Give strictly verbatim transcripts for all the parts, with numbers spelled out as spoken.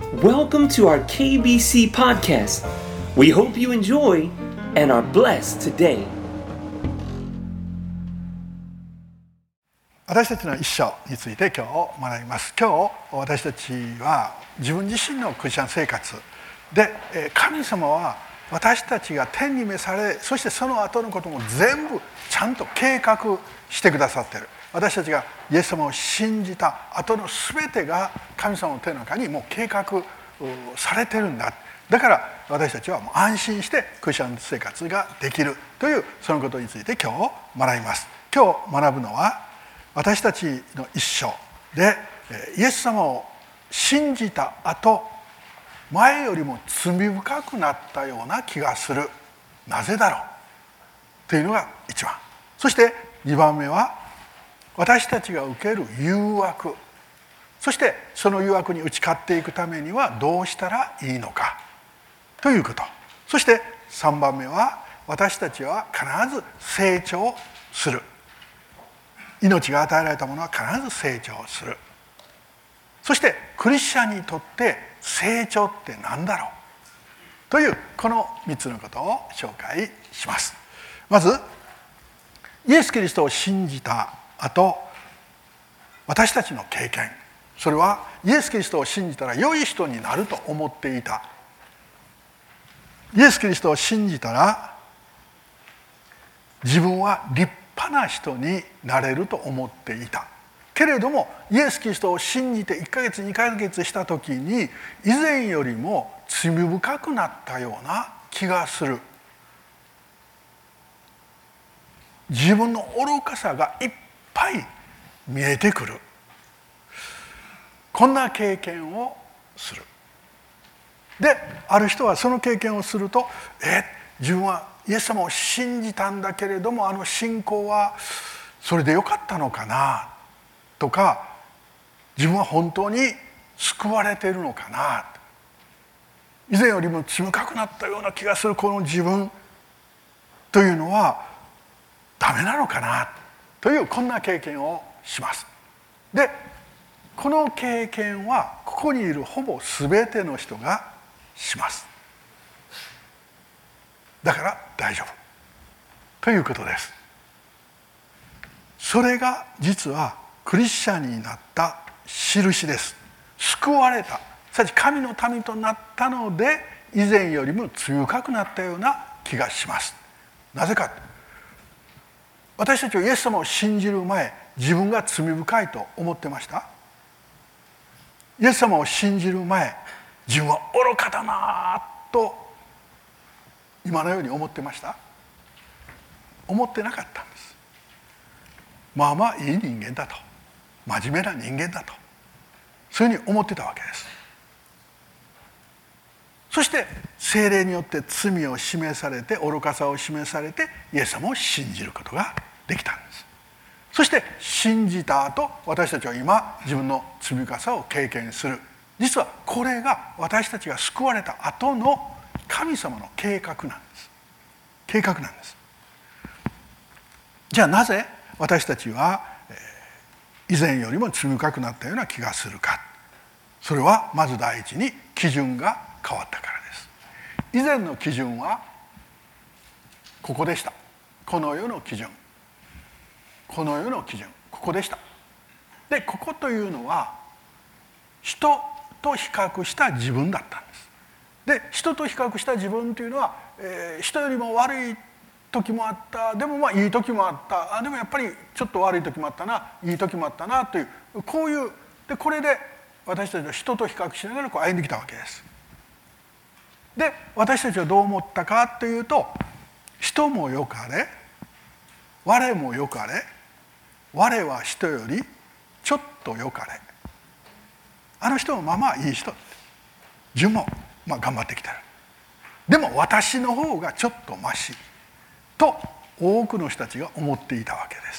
Welcome to our K B C podcast. We hope you enjoy and are blessed today. 私たちの一生について今日学びます。今日私たちは自分自身のクリスチャン生活で、神様は私たちが天に召され、そしてその後のことも全部ちゃんと計画してくださっている。私たちがイエス様を信じた後の全てが神様の手の中にもう計画されてるんだ。だから私たちはもう安心してクリスチャン生活ができるというそのことについて今日学びます。今日学ぶのは私たちの一生でイエス様を信じた後、前よりも罪深くなったような気がする。なぜだろうというのが一番。そして二番目は私たちが受ける誘惑、そしてその誘惑に打ち勝っていくためにはどうしたらいいのかということ。そして三番目は私たちは必ず成長する。命が与えられたものは必ず成長する。そしてクリスチャンにとって成長って何だろうというこのみっつのことを紹介します。まずイエス・キリストを信じた後、私たちの経験、それはイエス・キリストを信じたら良い人になると思っていた。イエス・キリストを信じたら自分は立派な人になれると思っていたけれども、イエス・キリストを信じていっかげつにかげつした時に以前よりも罪深くなったような気がする。自分の愚かさがいっぱい見えてくる。こんな経験をする。で、ある人はその経験をすると、え自分はイエス様を信じたんだけれども、あの信仰はそれでよかったのかなとか、自分は本当に救われているのかな、以前よりも罪深くなったような気がするこの自分というのはダメなのかなというこんな経験をします。で、この経験はここにいるほぼ全ての人がします。だから大丈夫ということです。それが実はクリスチャンになった印です。救われた、すなわち神の民となったので以前よりも罪深くなったような気がします。なぜか、私たちはイエス様を信じる前、自分が罪深いと思ってました？イエス様を信じる前、自分は愚かだなと今のように思ってました？思ってなかったんです。まあまあいい人間だと、真面目な人間だと、そういうふうに思ってたわけです。そして聖霊によって罪を示されて、愚かさを示されてイエス様を信じることができたんです。そして信じた後、私たちは今自分の罪深さを経験する。実はこれが私たちが救われた後の神様の計画なんです。計画なんです。じゃあなぜ私たちは以前よりも罪深くなったような気がするか。それはまず第一に基準が変わったからです。以前の基準はここでした。この世の基準、この世の基準、ここでした。で、ここというのは人と比較した自分だったんです。で、人と比較した自分というのは、えー、人よりも悪い時もあった、でもまあいい時もあった、あでもやっぱりちょっと悪い時もあったな、いい時もあったなという、こういうで、これで私たちは人と比較しながらこう歩んできたわけです。で、私たちはどう思ったかというと、人もよかれ我もよかれ、我は人よりちょっとよかれ、あの人もまあまあいい人、自分もまあ頑張ってきてる、でも私の方がちょっとマシと多くの人たちが思っていたわけです。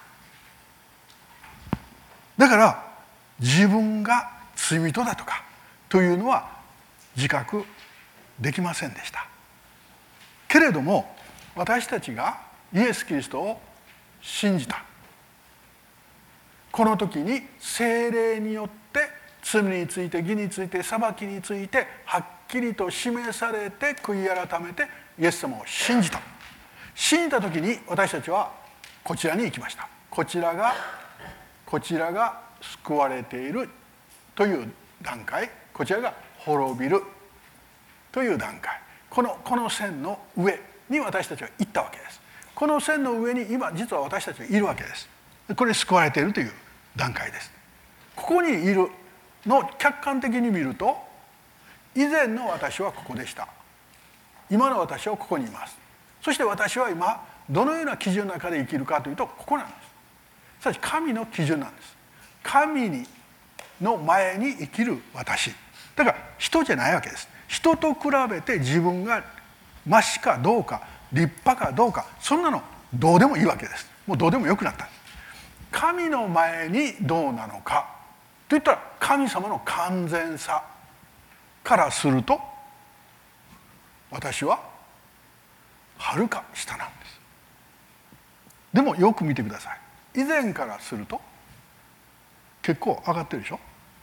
だから自分が罪人だとかというのは自覚できませんでした。けれども私たちがイエス・キリストを信じた、この時に聖霊によって罪について義について裁きについてはっきりと示されて悔い改めてイエス様を信じた。信じた時に私たちはこちらに行きました。こちらがこちらが救われているという段階、こちらが滅びるという段階、このこの線の上に私たちは行ったわけです。この線の上に今実は私たちはいるわけです。これ救われているという段階です。ここにいるのを客観的に見ると、以前の私はここでした。今の私はここにいます。そして私は今どのような基準の中で生きるかというとここなんです。すなわち神の基準なんです。神にの前に生きる私だから人じゃないわけです。人と比べて自分がマシかどうか立派かどうかそんなのどうでもいいわけです。もうどうでもよくなった。神の前にどうなのかといったら神様の完全さからすると私ははるか下なんです。でもよく見てください。以前からすると結構上がってるでしょ。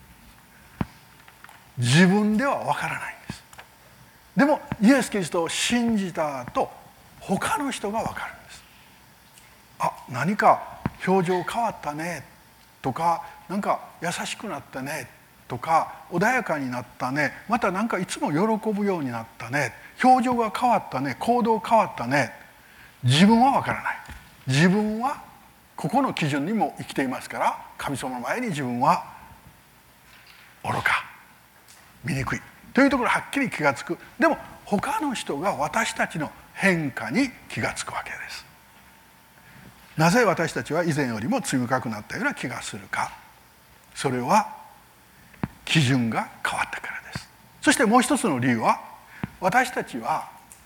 自分ではわからないんです。でもイエス・キリストを信じた後他の人がわかるんです。あ、何か表情変わったねとか、なんか優しくなったねとか、穏やかになったね、またなんかいつも喜ぶようになったね、表情が変わったね、行動変わったね。自分はわからない。自分はここの基準にも生きていますから、神様の前に自分は愚か、醜いというところはっきり気がつく。でも他の人が私たちの変化に気がつくわけです。なぜ私たちは以前よりも罪深くなったような気がするか。それは基準が変わったからです。そしてもう一つの理由は、私たちは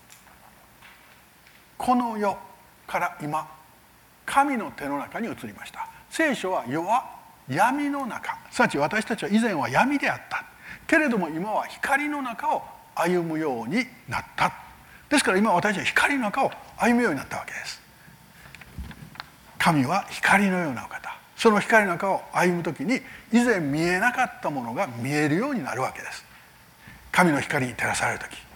この世から今神の手の中に移りました。聖書は世は闇の中、すなわち私たちは以前は闇であったけれども今は光の中を歩むようになった。ですから今私は光の中を歩むようになったわけです。神は光のようなお方。その光の中を歩むときに以前見えなかったものが見えるようになるわけです。神の光に照らされるとき、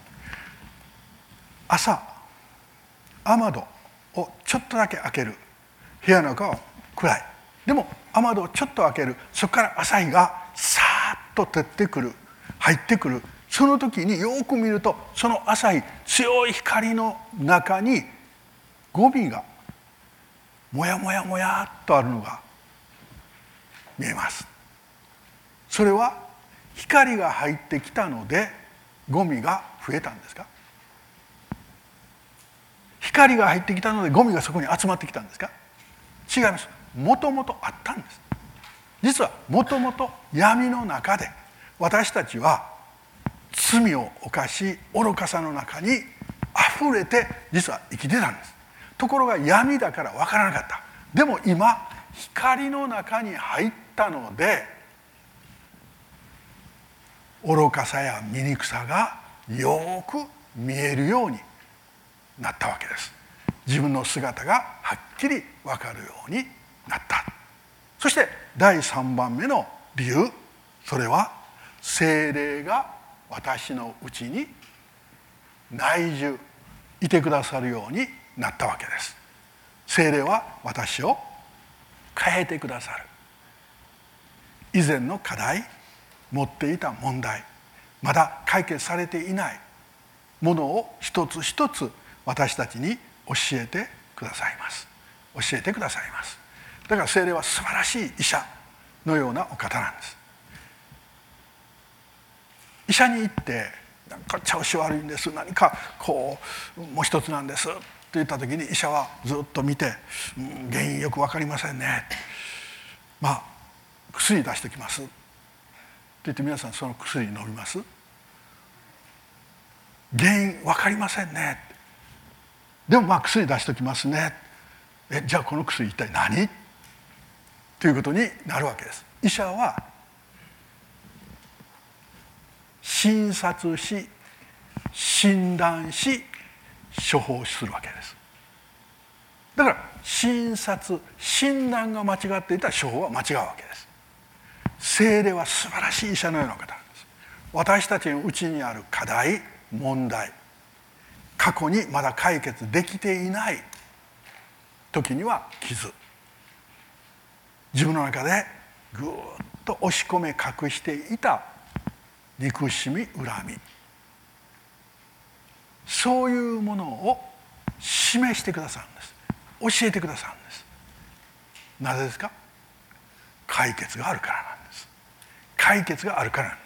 朝雨戸をちょっとだけ開ける。部屋の中は暗い。でも雨戸をちょっと開ける。そこから朝日がさーっと照ってくる、入ってくる。その時によく見ると、その朝日、強い光の中にゴミがもやもやもやっとあるのが見えます。それは光が入ってきたのでゴミが増えたんですか？光が入ってきたのでゴミがそこに集まってきたんですか？違います。もともとあったんです。実はもともと闇の中で私たちは罪を犯し愚かさの中にあふれて実は生きてたんです。ところが闇だから分からなかった。でも今光の中に入ったので愚かさや醜さがよく見えるようになったわけです。自分の姿がはっきり分かるようになった。そしてだいさんばんめの理由、それは聖霊が私のうちに内住いてくださるようになったわけです。聖霊は私を変えてくださる。以前の課題、持っていた問題、まだ解決されていないものを一つ一つ私たちに教えてくださいます。教えてくださいます。だから聖霊は素晴らしい医者のようなお方なんです。医者に行ってなんか調子悪いんです、何かこうもう一つなんですって言った時に医者はずっと見て、うん、原因よく分かりませんね、まあ薬出してきますって言って、皆さんその薬飲みます？原因分かりませんね、でもまあ薬出しておきますね、えじゃあこの薬一体何ということになるわけです。医者は診察し診断し処方するわけです。だから診察診断が間違っていたら処方は間違うわけです。 聖霊は素晴らしい医者のような方なんです。私たちのうちにある課題、問題、過去にまだ解決できていない時には傷、自分の中でぐーっと押し込め隠していた憎しみ、恨み、そういうものを示してくださるんです。教えてくださるんです。なぜですか？解決があるからなんです。解決があるからなんです。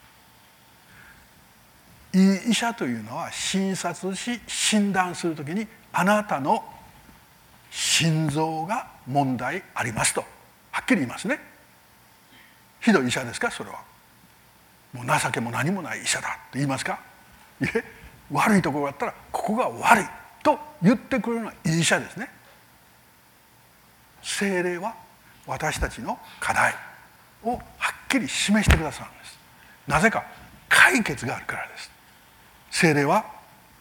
いい医者というのは診察し診断するときに、あなたの心臓が問題ありますとはっきり言いますね。ひどい医者ですか？それはもう情けも何もない医者だと言いますか？いえ、悪いところがあったらここが悪いと言ってくれるのはいい医者ですね。聖霊は私たちの課題をはっきり示してくださるんです。なぜか？解決があるからです。聖霊は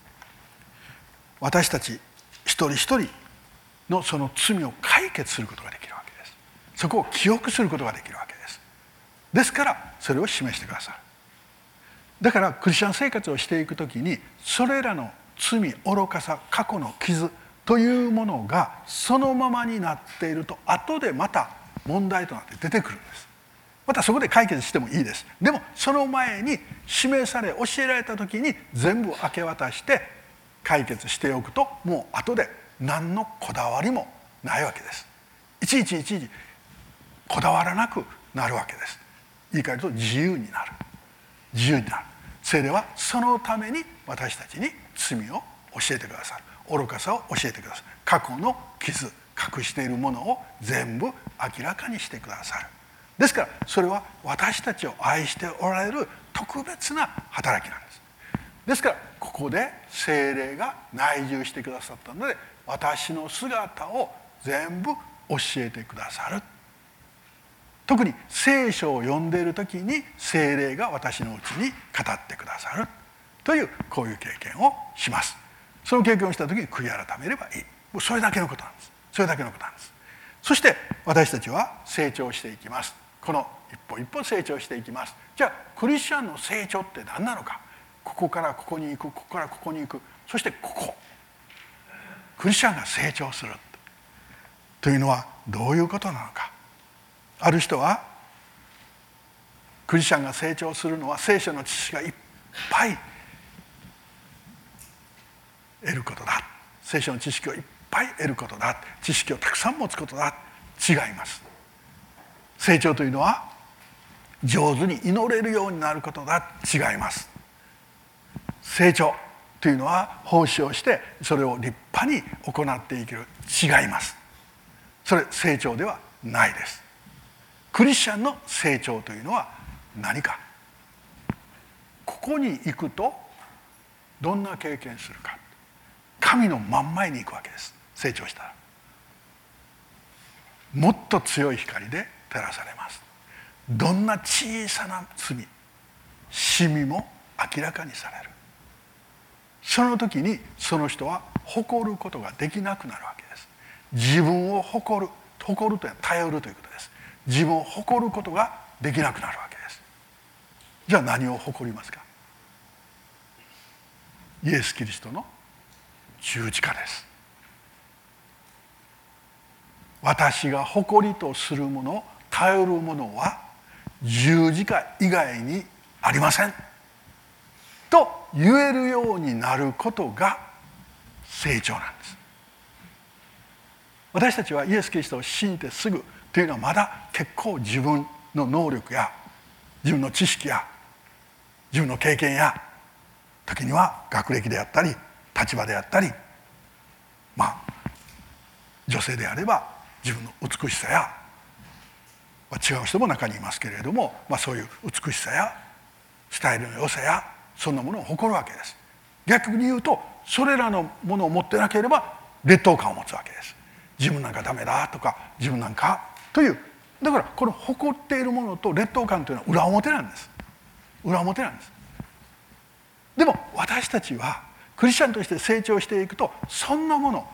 私たち一人一人のその罪を解決することができるわけです。そこを記憶することができるわけです。ですからそれを示してくださる。だからクリスチャン生活をしていくときに、それらの罪、愚かさ、過去の傷というものがそのままになっていると、後でまた問題となって出てくるんです。またそこで解決してもいいです。でもその前に示され教えられた時に全部明け渡して解決しておくと、もう後で何のこだわりもないわけです。いちいちいちいちこだわらなくなるわけです。言い換えると自由になる。自由になる。聖霊はそのために私たちに罪を教えてくださる。愚かさを教えてくださる。過去の傷、隠しているものを全部明らかにしてくださる。ですからそれは私たちを愛しておられる特別な働きなんです。ですからここで聖霊が内住してくださったので、私の姿を全部教えてくださる。特に聖書を読んでいる時に聖霊が私のうちに語ってくださるという、こういう経験をします。その経験をした時に悔い改めればいい。もうそれだけのことなんです。それだけのことなんです。そして私たちは成長していきます。この一歩一歩成長していきます。じゃあクリスチャンの成長って何なのか。ここからここに行く、ここからここに行く、そしてここ、クリスチャンが成長するというのはどういうことなのか。ある人はクリスチャンが成長するのは聖書の知識がいっぱい得ることだ、聖書の知識をいっぱい得ることだ、知識をたくさん持つことだ。違います。成長というのは上手に祈れるようになることだ。違います。成長というのは奉仕をしてそれを立派に行っていける。違います。それ成長ではないです。クリスチャンの成長というのは何か。ここに行くとどんな経験するか。神の真ん前に行くわけです。成長したらもっと強い光で照らされます。どんな小さな罪、シミも明らかにされる。その時にその人は誇ることができなくなるわけです。自分を誇る、誇るというのは頼るということです。自分を誇ることができなくなるわけです。じゃあ何を誇りますか。イエス・キリストの十字架です。私が誇りとするもの、頼るものは十字架以外にありませんと言えるようになることが成長なんです。私たちはイエス・キリストを信じてすぐというのはまだ結構自分の能力や自分の知識や自分の経験や時には学歴であったり立場であったり、まあ女性であれば自分の美しさや、違う人も中にいますけれども、まあ、そういう美しさやスタイルの良さやそんなものを誇るわけです。逆に言うとそれらのものを持ってなければ劣等感を持つわけです。自分なんかダメだとか自分なんかという、だからこの誇っているものと劣等感というのは裏表なんです。裏表なんです。でも私たちはクリスチャンとして成長していくとそんなもの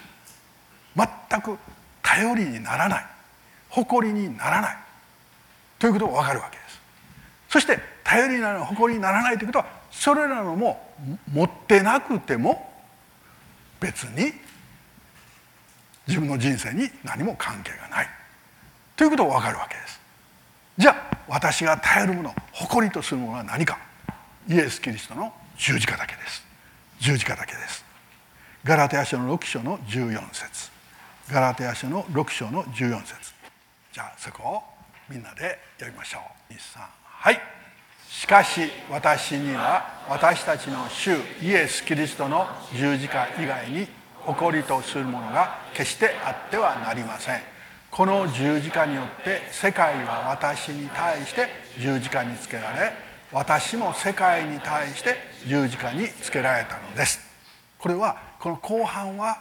全く頼りにならない、誇りにならない。 ということが分かるわけです。そして頼りになる誇りにならないということは、それらのも持ってなくても別に自分の人生に何も関係がないということが分かるわけです。じゃあ私が頼るもの、誇りとするものは何か。イエス・キリストの十字架だけです。十字架だけです。ガラテヤ書のろく章のじゅうよん節、ガラテヤ書のろく章のじゅうよん節。じゃあそこをみんなで読みましょう。に、さん、はい。しかし私には私たちの主イエス・キリストの十字架以外に誇りとするものが決してあってはなりません。この十字架によって世界は私に対して十字架につけられ、私も世界に対して十字架につけられたのです。これはこの後半は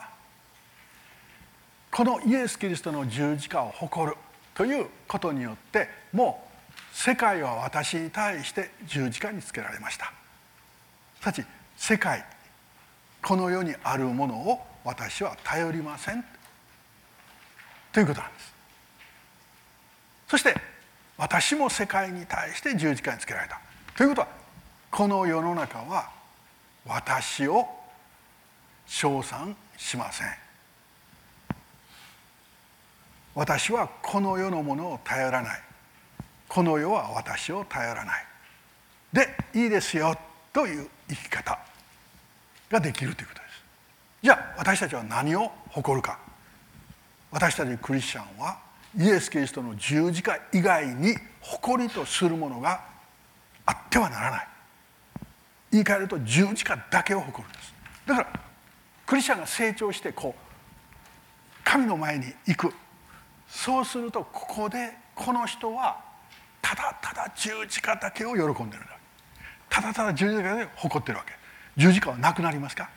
このイエス・キリストの十字架を誇るということによって、もう世界は私に対して十字架につけられました。すなわち世界、この世にあるものを私は頼りませんということなんです。そして私も世界に対して十字架につけられたということは、この世の中は私を称賛しません。私はこの世のものを頼らない。この世は私を頼らないでいいですよという生き方ができるということです。じゃあ私たちは何を誇るか。私たちクリスチャンはイエス・キリストの十字架以外に誇りとするものがあってはならない。言い換えると十字架だけを誇るんです。だからクリスチャンが成長してこう神の前に行く。そうするとここでこの人はただただ十字架だけを喜んでるんだ。ただただ十字架で誇ってるわけ。十字架はなくなりますか？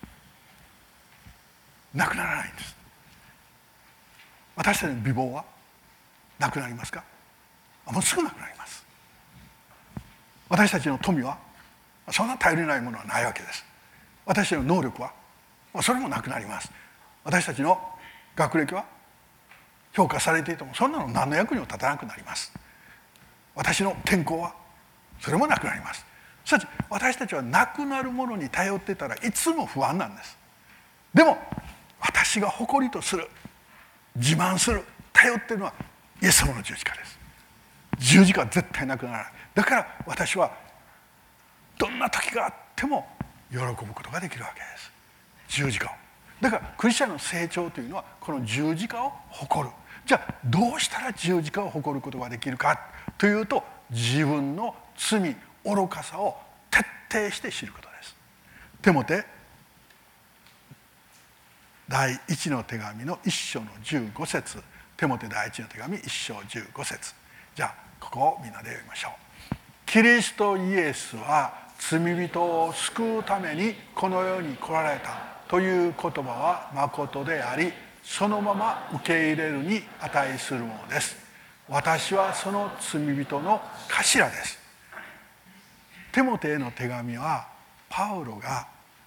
なくならないんです。私たちの美貌はなくなりますか？もうすぐなくなります。私たちの富はそんな頼りないものはないわけです。私たちの能力はそれもなくなります。私たちの学歴は評価されていてもそんなの何の役にも立たなくなります。私の健康はそれもなくなります。しかし私たちはなくなるものに頼ってたらいつも不安なんです。でも私が誇りとする、自慢する、頼っているのはイエス様の十字架です。十字架は絶対なくならない。だから私はどんな時があっても喜ぶことができるわけです。十字架を。だからクリスチャンの成長というのはこの十字架を誇る。じゃあどうしたら十字架を誇ることができるかというと、自分の罪愚かさを徹底して知ることです。テモテ第一の手紙の一章のじゅうご節、テモテ第一の手紙一章じゅうご節。じゃあここをみんなで読みましょう。キリストイエスは罪人を救うためにこの世に来られたという言葉はまことであり、そのまま受け入れるに値するものです。私はその罪人の頭です。テモテへの手紙はパウロが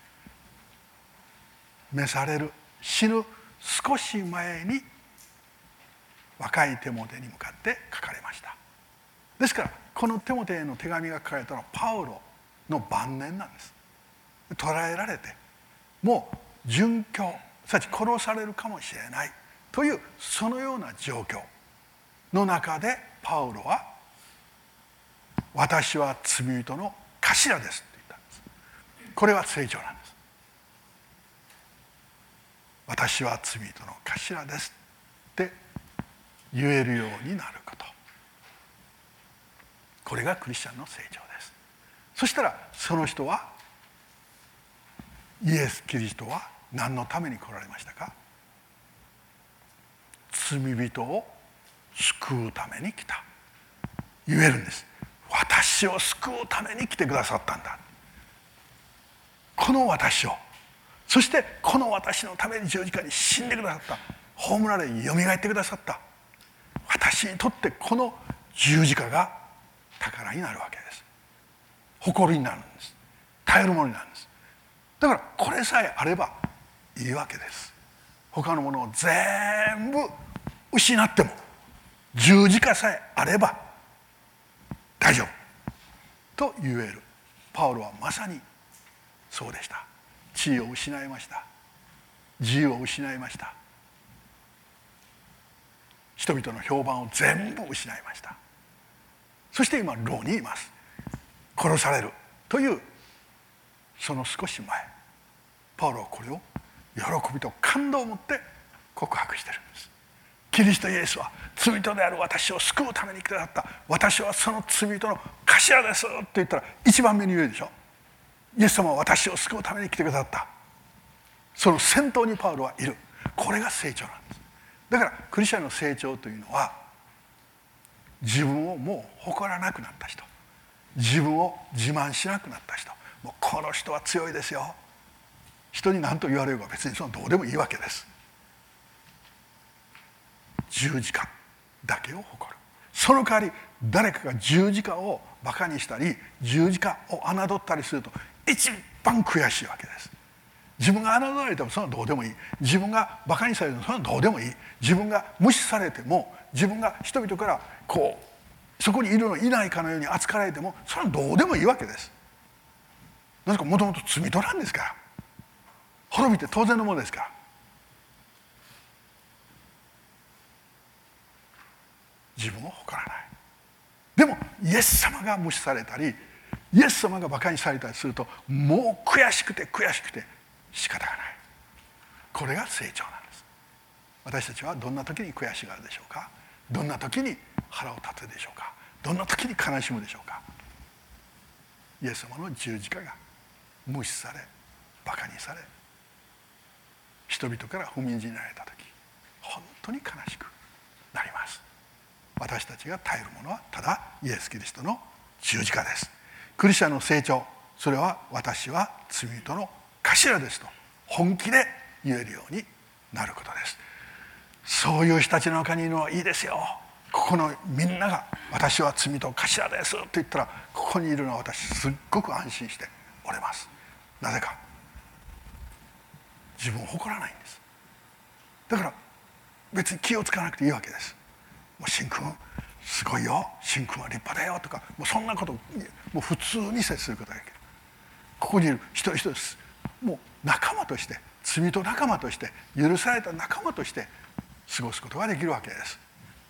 召される、死ぬ少し前に若いテモテに向かって書かれました。ですからこのテモテへの手紙が書かれたのはパウロの晩年なんです。捕らえられてもう殉教、すなわち殺されるかもしれないというそのような状況の中でパウロは私は罪人の頭ですって言ったんです。これは成長なんです。私は罪人の頭ですって言えるようになること、これがクリスチャンの成長です。そしたらその人はイエス・キリストは何のために来られましたか？罪人を救うために来た、言えるんです。私を救うために来てくださったんだ。この私を、そしてこの私のために十字架に死んでくださった、葬られよみがえってくださった私にとってこの十字架が宝になるわけです。誇りになるんです。頼るものになるんです。だからこれさえあればいいわけです。他のものを全部失っても十字架さえあれば大丈夫と言えるパウロはまさにそうでした。地位を失いました。自由を失いました。人々の評判を全部失いました。そして今牢にいます。殺されるというその少し前、パウロはこれを喜びと感動を持って告白しているんです。キリストイエスは罪人である私を救うために来てくださった。私はその罪人の頭ですって言ったら一番目に言うでしょ。イエス様は私を救うために来てくださった。その先頭にパウロはいる。これが成長なんです。だからクリスチャンの成長というのは、自分をもう誇らなくなった人、自分を自慢しなくなった人、もうこの人は強いですよ。人に何と言われるか別にそのどうでもいいわけです。十字架だけを誇る。その代わり誰かが十字架をバカにしたり十字架を侮ったりすると一番悔しいわけです。自分が侮られてもそれはどうでもいい。自分がバカにされてもそれはどうでもいい。自分が無視されても、自分が人々からこうそこにいるのいないかのように扱われてもそれはどうでもいいわけです。なぜかもともと罪人なんですから、滅びて当然のものですから。自分を誇らない。でもイエス様が無視されたりイエス様がバカにされたりするともう悔しくて悔しくて仕方がない。これが成長なんです。私たちはどんな時に悔しがるでしょうか。どんな時に腹を立てるでしょうか。どんな時に悲しむでしょうか。イエス様の十字架が無視されバカにされ人々から踏みにじられた時、本当に悲しくなります。私たちが耐えるものはただイエス・キリストの十字架です。クリスチャンの成長、それは私は罪人の頭ですと本気で言えるようになることです。そういう人たちの中にいるのはいいですよ。ここのみんなが私は罪人頭ですと言ったら、ここにいるのは私すっごく安心しておれます。なぜか自分を誇らないんです。だから別に気をつかなくていいわけです。もう神君すごいよ、神君は立派だよとか、もうそんなこともう普通に接することができる。ここにいる一人一人です。もう仲間として、罪と仲間として、許された仲間として過ごすことができるわけです。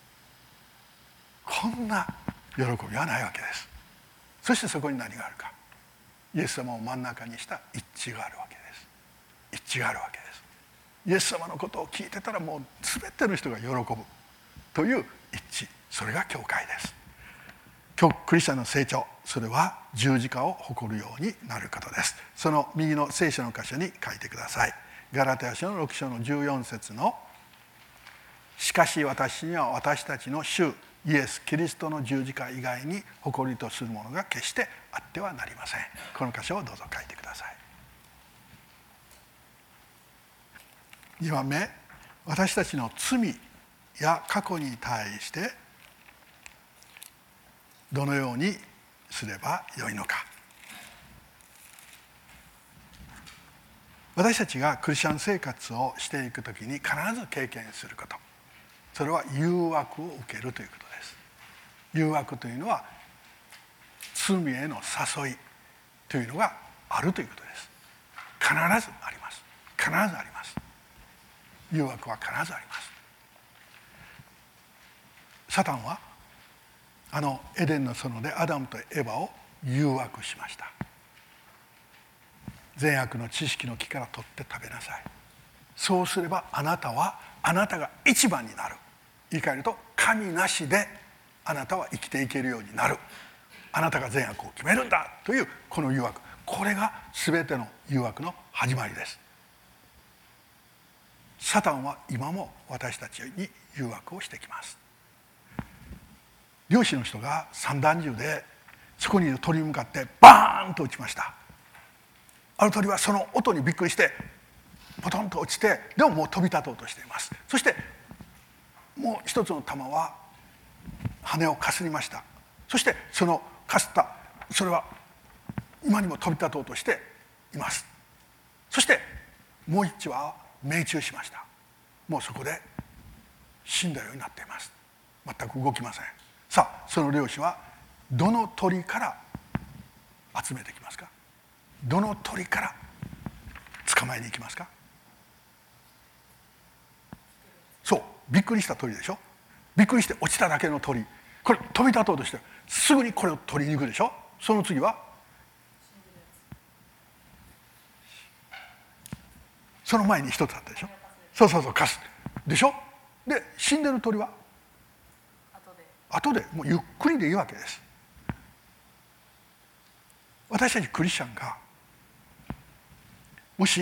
こんな喜びはないわけです。そしてそこに何があるか、イエス様を真ん中にした一致があるわけです。一致があるわけです。イエス様のことを聞いてたらもう全ての人が喜ぶという一致、それが教会です。今日クリスチャンの成長、それは十字架を誇るようになることです。その右の聖書の箇所に書いてください。ガラテヤ書のろく章のじゅうよん節のしかし私には私たちの主イエス・キリストの十字架以外に誇りとするものが決してあってはなりません。この箇所をどうぞ書いてください。にばんめ、私たちの罪や過去に対してどのようにすればよいのか。私たちがクリスチャン生活をしていくときに必ず経験すること、それは誘惑を受けるということです。誘惑というのは罪への誘いというのがあるということです。必ずあります。必ずあります。誘惑は必ずあります。サタンはあのエデンの園でアダムとエバを誘惑しました。善悪の知識の木から取って食べなさい。そうすればあなたはあなたが一番になる。言い換えると神なしであなたは生きていけるようになる。あなたが善悪を決めるんだというこの誘惑、これが全ての誘惑の始まりです。サタンは今も私たちに誘惑をしてきます。漁師の人が散弾銃でそこにいる鳥に向かってバーンと撃ちました。ある鳥はその音にびっくりしてポトンと落ちて、でももう飛び立とうとしています。そしてもう一つの弾は羽をかすりました。そしてそのかすったそれは今にも飛び立とうとしています。そしてもう一羽は命中しました。もうそこで死んだようになっています。全く動きません。さあその漁師はどの鳥から集めてきますか？どの鳥から捕まえに行きますか？そう、びっくりした鳥でしょ。びっくりして落ちただけの鳥、これ飛び立とうとしてすぐにこれを取りに行くでしょ。その次はその前に一つあったでしょ。そうそうそう、カスでしょ。で死んでる鳥は後でもうゆっくりでいいわけです。私たちクリスチャンがもし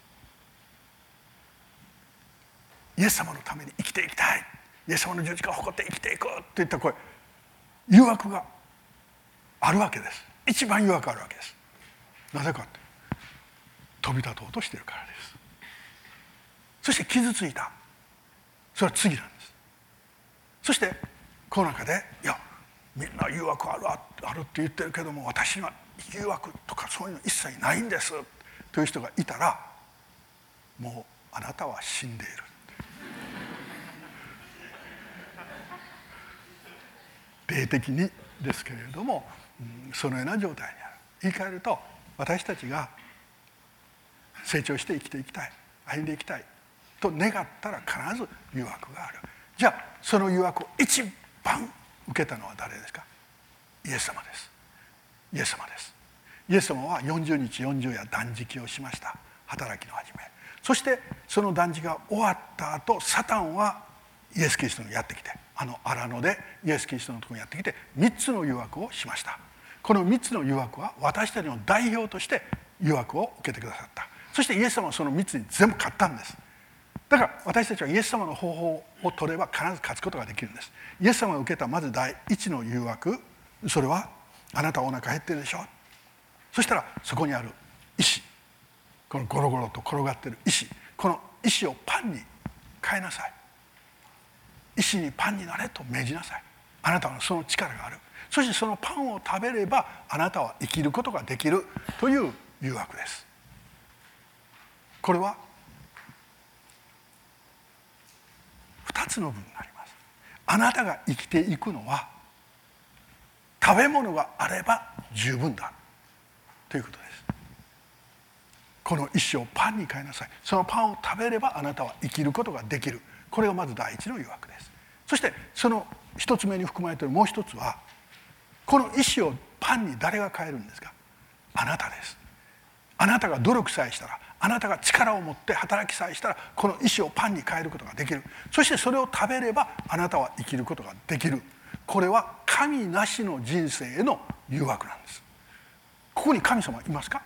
イエス様のために生きていきたい、イエス様の十字架を誇って生きていくといったこれ誘惑があるわけです。一番誘惑あるわけです。なぜかって飛び立とうとしているからです。そして傷ついた、それは次なんです。そしてこの中でいやみんな誘惑あるあるって言ってるけども私には誘惑とかそういうの一切ないんですという人がいたらもうあなたは死んでいる。霊的にですけれども、うん、そのような状態にある。言い換えると私たちが成長して生きていきたい、歩んでいきたいと願ったら必ず誘惑がある。じゃあその誘惑を一番受けたのは誰ですか？イエス様です。イエス様です。イエス様はよんじゅうにちよんじゅう夜断食をしました。働きの始め。そしてその断食が終わった後、サタンはイエス・キリストにやってきて、あの荒野でイエス・キリストのところにやってきてみっつの誘惑をしました。このみっつの誘惑は私たちの代表として誘惑を受けてくださった。そしてイエス様はそのみっつに全部勝ったんです。だから私たちはイエス様の方法を取れば必ず勝つことができるんです。イエス様が受けたまず第一の誘惑、それはあなたお腹減ってるでしょ。そしたらそこにある石、このゴロゴロと転がってる石、この石をパンに変えなさい。石にパンになれと命じなさい。あなたはその力がある。そしてそのパンを食べればあなたは生きることができるという誘惑です。これはふたつの部分があります。あなたが生きていくのは食べ物があれば十分だということです。この石をパンに変えなさい。そのパンを食べればあなたは生きることができる。これがまず第一の誘惑です。そしてその一つ目に含まれているもう一つは、この石をパンに誰が変えるんですか？あなたです。あなたが努力さえしたら、あなたが力を持って働きさえしたら、この石をパンに変えることができる。そしてそれを食べればあなたは生きることができる。これは神なしの人生への誘惑なんです。ここに神様いますか？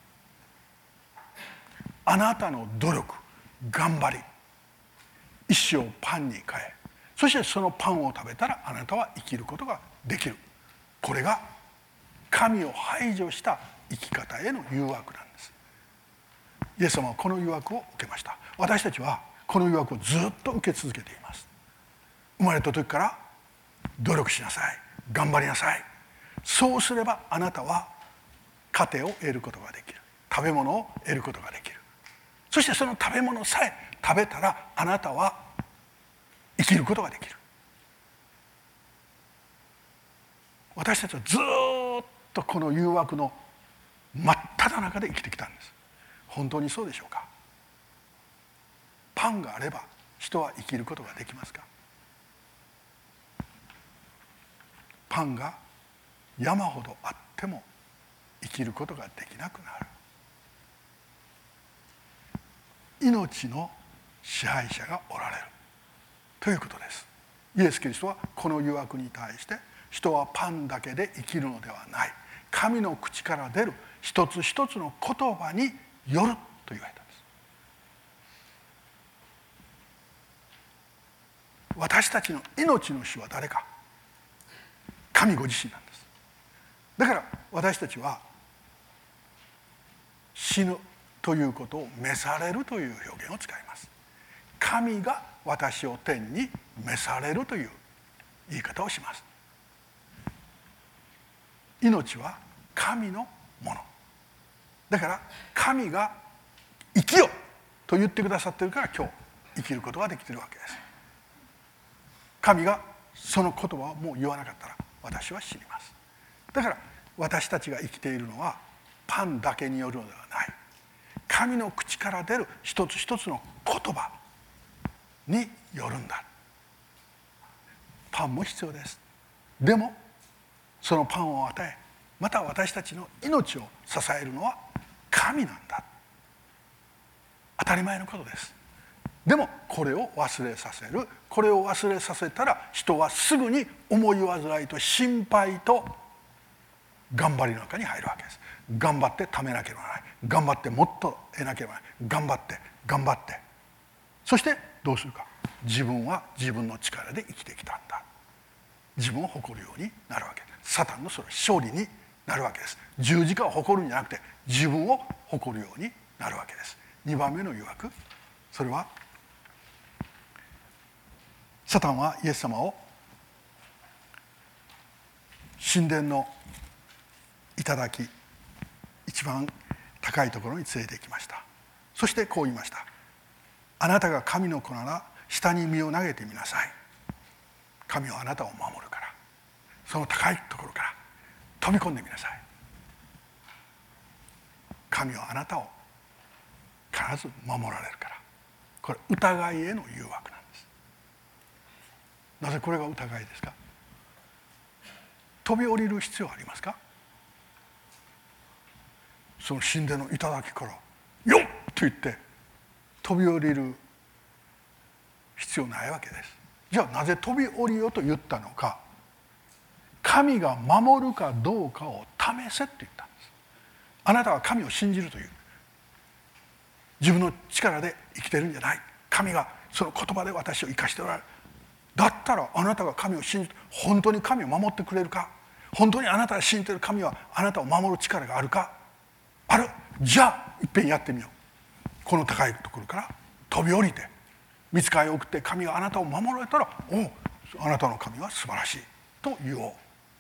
あなたの努力、頑張り、石をパンに変え、そしてそのパンを食べたらあなたは生きることができる。これが神を排除した生き方への誘惑なんです。イエス様はこの誘惑を受けました。私たちはこの誘惑をずっと受け続けています。生まれた時から努力しなさい、頑張りなさい。そうすればあなたは糧を得ることができる。食べ物を得ることができる。そしてその食べ物さえ食べたらあなたは生きることができる。私たちはずっとこの誘惑の真っ只中で生きてきたんです。本当にそうでしょうか？パンがあれば人は生きることができますか？パンが山ほどあっても生きることができなくなる。命の支配者がおられるということです。イエス・キリストはこの誘惑に対して、人はパンだけで生きるのではない、神の口から出る一つ一つの言葉によると言われたんです。私たちの命の主は誰か？神ご自身なんです。だから私たちは死ぬということを召されるという表現を使います。神が私を天に召されるという言い方をします。命は神のものだから、神が生きよと言ってくださっているから今日生きることができているわけです。神がその言葉をもう言わなかったら私は死にます。 だから私たちが生きているのはパンだけによるのではない、神の口から出る一つ一つの言葉によるんだ。パンも必要です。でもそのパンを与え、また私たちの命を支えるのは神なんだ。当たり前のことです。でもこれを忘れさせる、これを忘れさせたら人はすぐに思い煩いと心配と頑張りの中に入るわけです。頑張って貯めなければならない、頑張ってもっと得なければならない、頑張って頑張って、そしてどうするか、自分は自分の力で生きてきたんだ、自分を誇るようになるわけです。サタンのそれ勝利になるわけです。十字架を誇るんじゃなくて自分を誇るようになるわけです。にばんめの誘惑、それはサタンはイエス様を神殿の頂、一番高いところに連れて行きました。そしてこう言いました。あなたが神の子なら下に身を投げてみなさい。神はあなたを守るから、その高いところから飛び込んでみなさい。神はあなたを必ず守られるから。これ疑いへの誘惑なんです。なぜこれが疑いですか？飛び降りる必要ありますか？その神殿の頂から「よっ!」と言って飛び降りる必要ないわけです。じゃあなぜ飛び降りようと言ったのか。神が守るかどうかを試せって言ったんです。あなたは神を信じるという、自分の力で生きてるんじゃない、神がその言葉で私を生かしておられる。だったらあなたが神を信じて本当に神を守ってくれるか、本当にあなたが信じている神はあなたを守る力があるか、ある。じゃあいっぺんやってみよう。この高いところから飛び降りて御使いを送って神があなたを守られたら、おう、あなたの神は素晴らしいと言おう。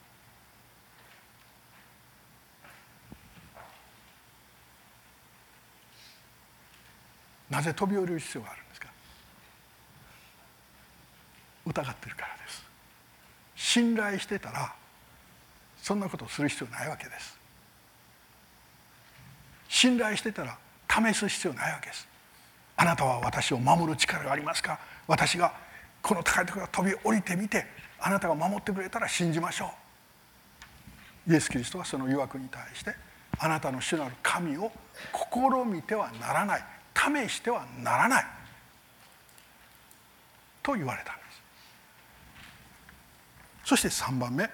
なぜ飛び降りる必要があるんですか？疑ってるからです。信頼してたらそんなことをする必要ないわけです。信頼してたら試す必要ないわけです。あなたは私を守る力がありますか？私がこの高いところから飛び降りてみてあなたが守ってくれたら信じましょう。イエス・キリストはその誘惑に対して、あなたの主なる神を試みてはならない、試してはならないと言われたんです。そしてさんばんめ、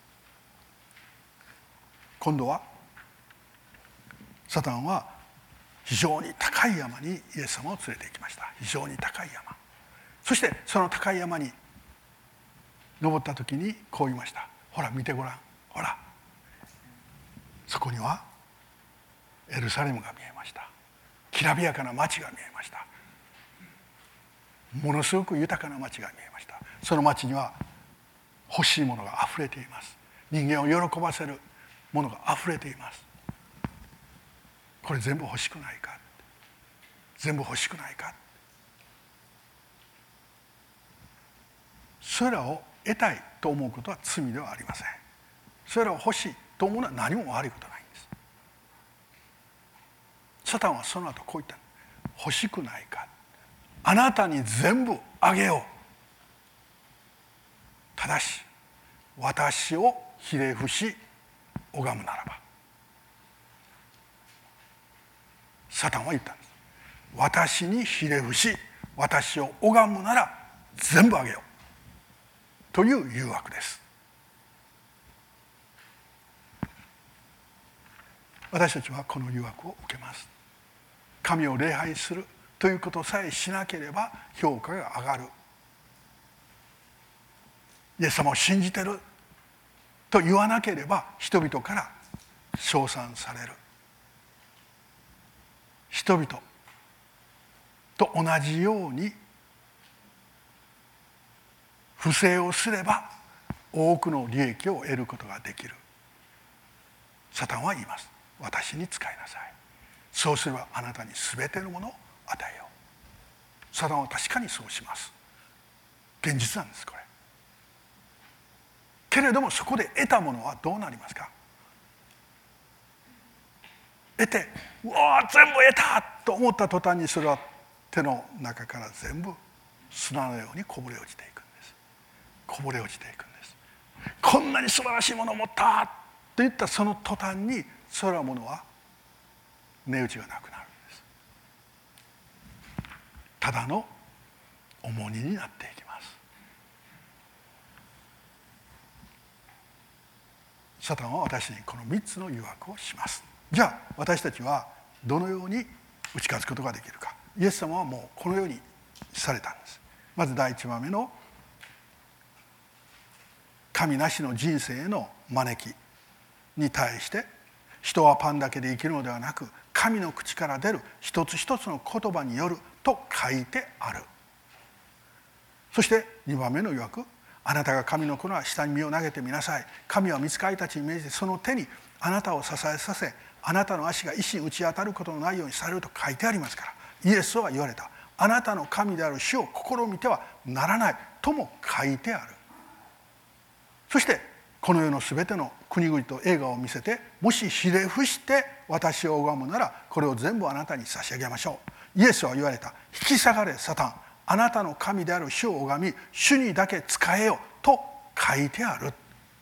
今度はサタンは非常に高い山にイエス様を連れて行きました。非常に高い山。そしてその高い山に登った時にこう言いました。ほら見てごらん、ほらそこにはエルサレムが見えました。きらびやかな町が見えました。ものすごく豊かな町が見えました。その町には欲しいものがあふれています。人間を喜ばせるものがあふれています。これ全部欲しくないか、全部欲しくないか。それらを得たいと思うことは罪ではありません。それらを欲しいと思うのは何も悪いことないんです。サタンはその後こう言った。欲しくないか、あなたに全部あげよう。ただし私をひれ伏し拝むならば。サタンは言ったんです。私にひれ伏し私を拝むなら全部あげようという誘惑です。私たちはこの誘惑を受けます。神を礼拝するということさえしなければ評価が上がる。イエス様を信じてると言わなければ人々から称賛される。人々と同じように不正をすれば多くの利益を得ることができる。サタンは言います。私に使いなさい。そうすればあなたに全てのものを与えよう。サタンは確かにそうします。現実なんです。これけれどもそこで得たものはどうなりますか？得て、うわー全部得たと思った途端に、それは手の中から全部砂のようにこぼれ落ちていくんです。こぼれ落ちていくんです。こんなに素晴らしいものを持ったと言ったその途端に、それらものは値打ちがなくなるんです。ただの重荷になっていきます。サタンは私にこのみっつの誘惑をします。じゃあ私たちはどのように打ち勝つことができるか。イエス様はもうこのようにされたんです。まず第一番目の神なしの人生への招きに対して、人はパンだけで生きるのではなく神の口から出る一つ一つの言葉によると書いてある。そしてにばんめの誘惑、あなたが神の子は下に身を投げてみなさい。神は御使いたちに命じてその手にあなたを支えさせ、あなたの足が石に打ち当たることのないようにされると書いてありますから。イエスは言われた。あなたの神である主を試みてはならないとも書いてある。そしてこの世のすべての国々と映画を見せて、もしひれ伏して私を拝むならこれを全部あなたに差し上げましょう。イエスは言われた。引き下がれサタン、あなたの神である主を拝み主にだけ仕えよと書いてある。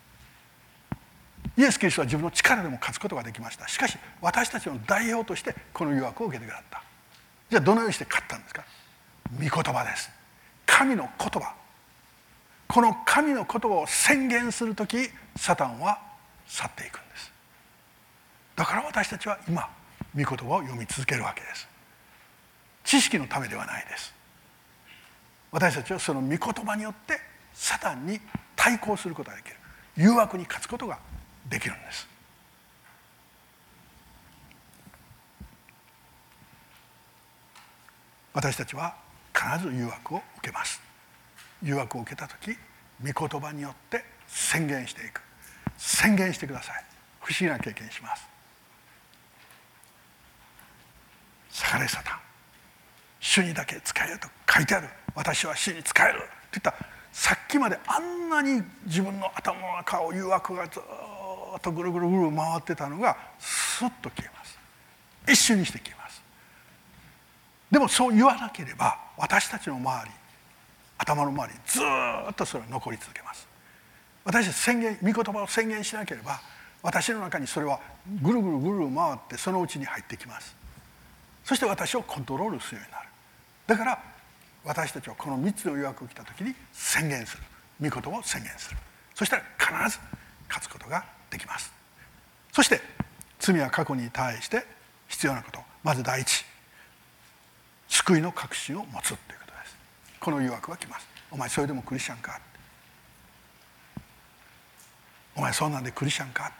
イエス・キリストは自分の力でも勝つことができました。しかし私たちの代表としてこの誘惑を受けてくださった。じゃあどのようにして勝ったんですか？御言葉です。神の言葉。この神の言葉を宣言するとき、サタンは去っていくんです。だから私たちは今御言葉を読み続けるわけです。知識のためではないです。私たちはその御言葉によってサタンに対抗することができる。誘惑に勝つことができるんです。私たちは必ず誘惑を受けます。誘惑を受けたとき、御言葉によって宣言していく。宣言してください。不思議な経験します。下がれサタン、主にだけ仕えると書いてある。私は主に仕えるって言った。さっきまであんなに自分の頭の中を誘惑がずっとぐるぐるぐる回ってたのがスッと消えます。一瞬にして消えます。でもそう言わなければ私たちの周り、頭の周りずっとそれは残り続けます。私たち宣言、御言葉を宣言しなければ私の中にそれはぐるぐるぐるぐる回ってそのうちに入ってきます。そして私をコントロールするようになる。だから私たちはこのみっつの誘惑を来た時に宣言する。御言葉を宣言する。そしたら必ず勝つことができます。そして罪や過去に対して必要なこと、まず第一、救いの確信を持つということです。この誘惑は来ます。お前それでもクリスチャンか、お前そんなんでクリスチャンか、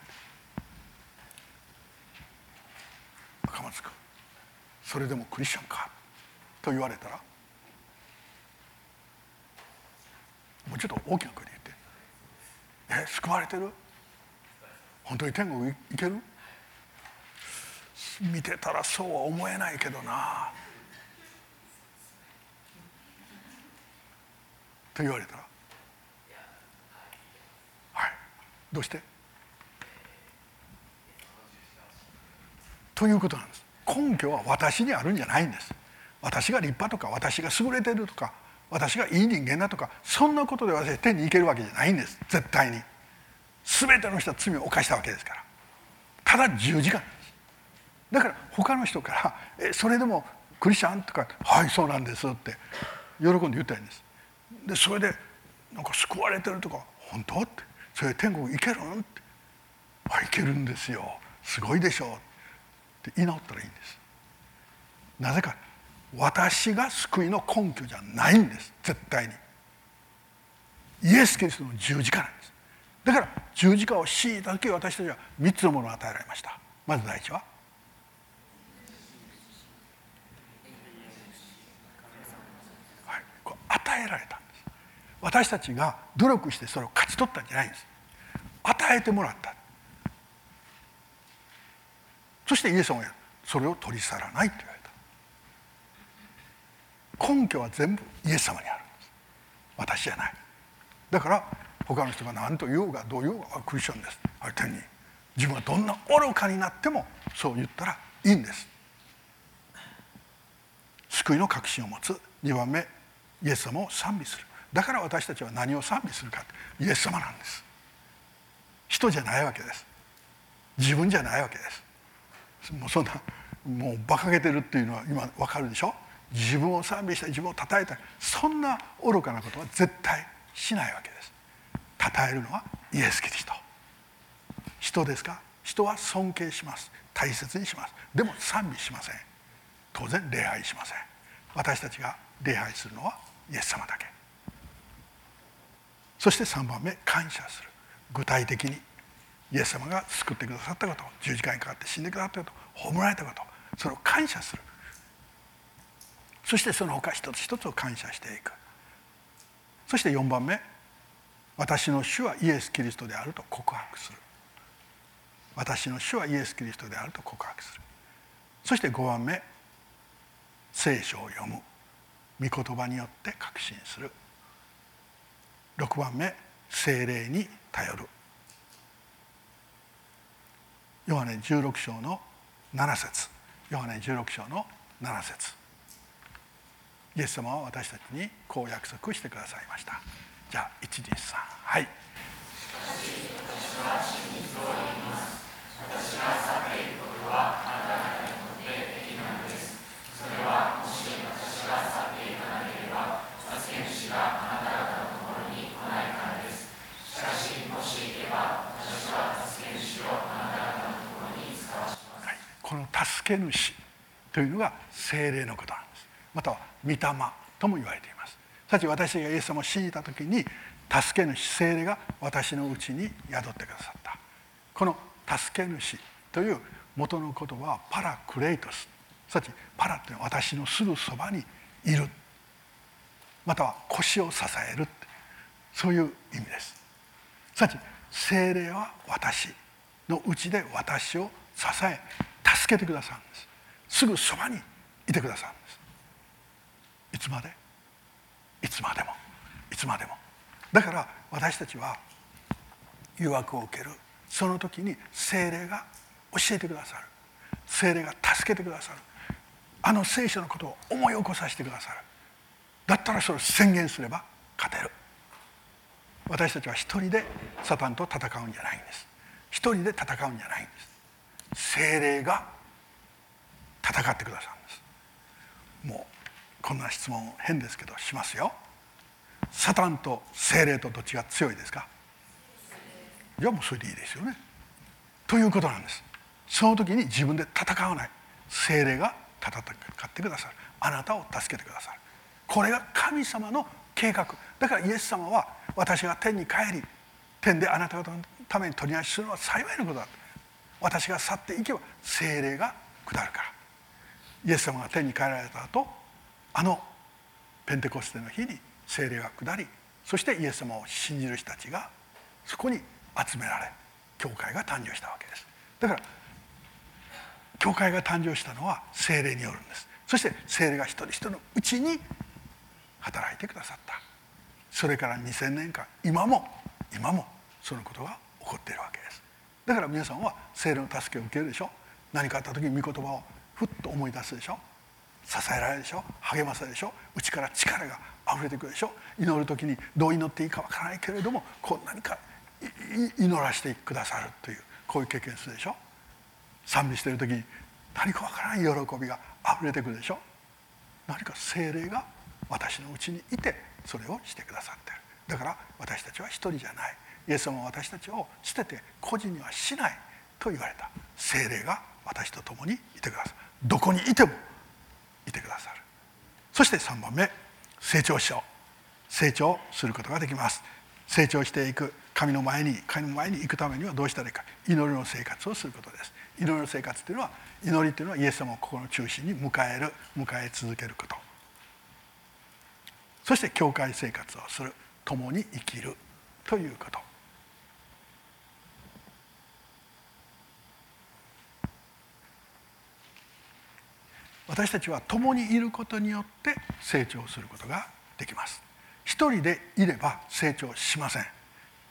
若松君それでもクリスチャンかと言われたら、もうちょっと大きな声で言って、え、救われてる？本当に天国行ける？見てたらそうは思えないけどなと言われたら、はい、どうして？ということなんです。根拠は私にあるんじゃないんです。私が立派とか私が優れてるとか私がいい人間だとか、そんなことで私は天に行けるわけじゃないんです。絶対に全ての人は罪を犯したわけですから。ただ十字架なんです。だから他の人から「えそれでもクリスチャン?」とか「はいそうなんです」って喜んで言ったらいいんです。でそれでなんか救われてるとか「本当?」って「それで天国行けるん?」って「はい行けるんですよ、すごいでしょ」って祈ったらいいんです。なぜか私が救いの根拠じゃないんです。絶対にイエス・キリストの十字架なんです。だから十字架を強いた時、私たちはみっつのものを与えられました。まず第一は与えられたんです。私たちが努力してそれを勝ち取ったんじゃないんです。与えてもらった。そしてイエス様はそれを取り去らないと言われた。根拠は全部イエス様にあるんです。私じゃない。だから他の人が何と言おうがどう言おうがクリスチャンです。相手に自分はどんな愚かになってもそう言ったらいいんです。救いの確信を持つ。にばんめ、イエス様を賛美する。だから私たちは何を賛美するか、イエス様なんです。人じゃないわけです。自分じゃないわけです。もうそんなもう馬鹿げてるっていうのは今わかるでしょ。自分を賛美したり自分を称えたり、そんな愚かなことは絶対しないわけです。称えるのはイエス・キリスト。人ですか。人は尊敬します、大切にします。でも賛美しません。当然礼拝しません。私たちが礼拝するのはイエス様だけ。そしてさんばんめ、感謝する。具体的にイエス様が救ってくださったこと、十字架にかかって死んでくださったこと、葬られたこと、それを感謝する。そしてその他一つ一つを感謝していく。そしてよんばんめ、私の主はイエス・キリストであると告白する。私の主はイエス・キリストであると告白する。そしてごばんめ、聖書を読む。御言葉によって確信する。ろくばんめ、聖霊に頼る。ヨハネじゅうろく章のなな節、ヨハネじゅうろく章のなな節。イエス様は私たちにこう約束してくださいました。じゃあいちにさん、はい。しかし私は真実を言います。私が去っていることはあなた方にとって敵なのです。それはもし私が去っていかなければ助け主があなた方のところに来ないからです。しかしもし行けば私は助け主をあなた方のところに使わします。はい、この助け主というのが聖霊のことなんです。または御霊とも言われています。さち私がイエス様を信じた時に助け主聖霊が私のうちに宿ってくださった。この助け主という元の言葉はパラクレイトス。さちパラというのは私のすぐそばにいる、または腰を支える、そういう意味です。さち聖霊は私のうちで私を支え助けてくださるんです。すぐそばにいてくださるんです。いつまでいつまでもいつまでも。だから私たちは誘惑を受けるその時に聖霊が教えてくださる。聖霊が助けてくださる。あの聖書のことを思い起こさせてくださる。だったらそれを宣言すれば勝てる。私たちは一人でサタンと戦うんじゃないんです。一人で戦うんじゃないんです。聖霊が戦ってくださるんです。もうこんな質問変ですけどしますよ。サタンと聖霊とどっちが強いですか。じゃあもうそれでいいですよね。ということなんです。その時に自分で戦わない、聖霊が戦ってくださる。あなたを助けてくださる。これが神様の計画だから。イエス様は私が天に帰り天であなた方のために取りなしするのは幸いのことだ。私が去っていけば聖霊が下るから。イエス様が天に帰られた後、あのペンテコステの日に聖霊が下り、そしてイエス様を信じる人たちがそこに集められ教会が誕生したわけです。だから教会が誕生したのは聖霊によるんです。そして聖霊が一人一人のうちに働いてくださった。それからにせんねんかん今も今もそのことが起こっているわけです。だから皆さんは聖霊の助けを受けるでしょ。何かあった時に御言葉をふっと思い出すでしょ。支えられるでしょ。励まされるでしょ。内から力があふれてくるでしょ。祈る時にどう祈っていいかわからないけれども、こう何か祈らせてくださるという、こういう経験するでしょ。賛美している時に何かわからない喜びがあふれてくるでしょ。何か聖霊が私のうちにいてそれをしてくださっている。だから私たちは一人じゃない。イエス様は私たちを捨てて孤児にはしないと言われた。聖霊が私と共にいてくださる。どこにいてもいてくださる。そしてさんばんめ、成長しよう。成長することができます。成長していく、神の前に神の前に行くためにはどうしたらいいか。祈りの生活をすることです。祈りの生活というのは、祈りというのはイエス様を心の中心に迎える、迎え続けること。そして教会生活をする、共に生きるということ。私たちは共にいることによって成長することができます。一人でいれば成長しません。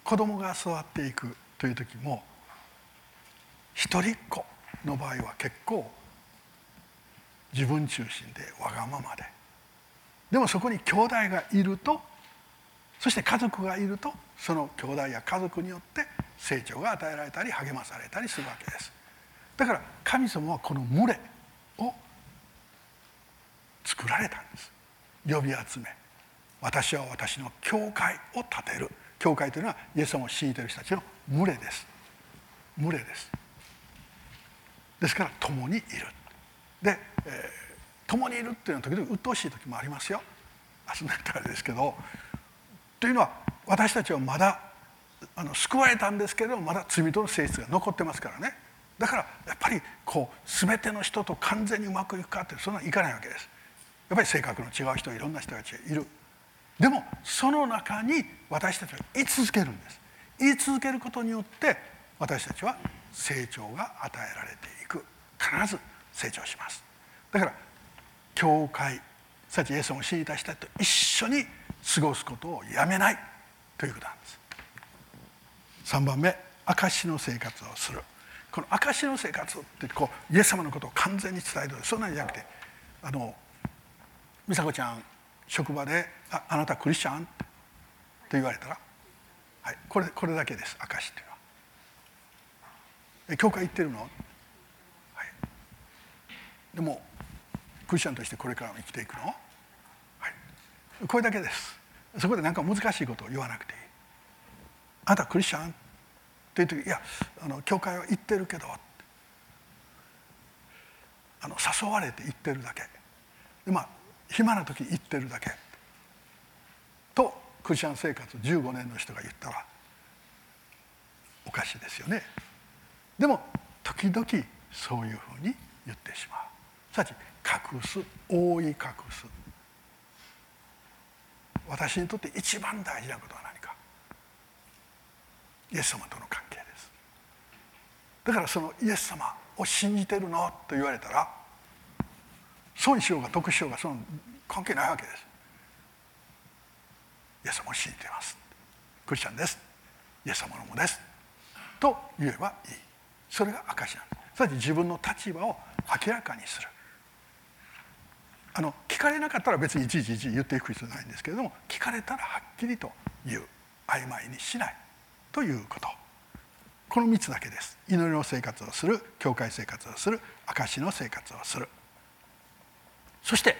子供が育っていくという時も、一人っ子の場合は結構自分中心でわがままで、でもそこに兄弟がいると、そして家族がいると、その兄弟や家族によって成長が与えられたり励まされたりするわけです。だから神様はこの群れを作られたんです。呼び集め、私は私の教会を建てる。教会というのはイエス様を信じている人たちの群れです。群れです。ですから共にいる。で、えー、共にいるっていうのは時々鬱陶しい時もありますよ。あそんな言ったらあれですけど、というのは私たちはまだあの救われたんですけれども、まだ罪との性質が残ってますからね。だからやっぱりこう全ての人と完全にうまくいくかってそんなにいかないわけです。やっぱり性格の違う人、いろんな人たちがいる。でもその中に私たちは居続けるんです。居続けることによって私たちは成長が与えられていく。必ず成長します。だから教会、すなわちイエスを信じた人と一緒に過ごすことをやめないということなんです。さんばんめ、証の生活をする。この証の生活ってこうイエス様のことを完全に伝える。そんなんじゃなくて、あの美佐子ちゃん職場で「あ, あなたクリスチャン?」って言われたら、はい、これこれだけです。証っていうのは。え教会行ってるの？はい、でもクリスチャンとしてこれからも生きていくの？はい、これだけです。そこで何か難しいことを言わなくていい。あなたクリスチャンって言う時、いやあの教会は行ってるけど、あの誘われて行ってるだけで、まあ暇な時行ってるだけとクリスチャン生活じゅうごねんの人が言ったらおかしいですよね。でも時々そういうふうに言ってしまう。すなわち隠す、覆い隠す。私にとって一番大事なことは何か、イエス様との関係です。だからそのイエス様を信じてるのと言われたら、損しようが得しようがその関係ないわけです。イエス様を信じています、クリスチャンです、イエス様のものですと言えばいい。それが証なんです。それで自分の立場を明らかにする。あの聞かれなかったら別にいちいちいちいち言っていく必要ないんですけれども、聞かれたらはっきりと言う、曖昧にしないということ。このみっつだけです。祈りの生活をする、教会生活をする、証の生活をする。そして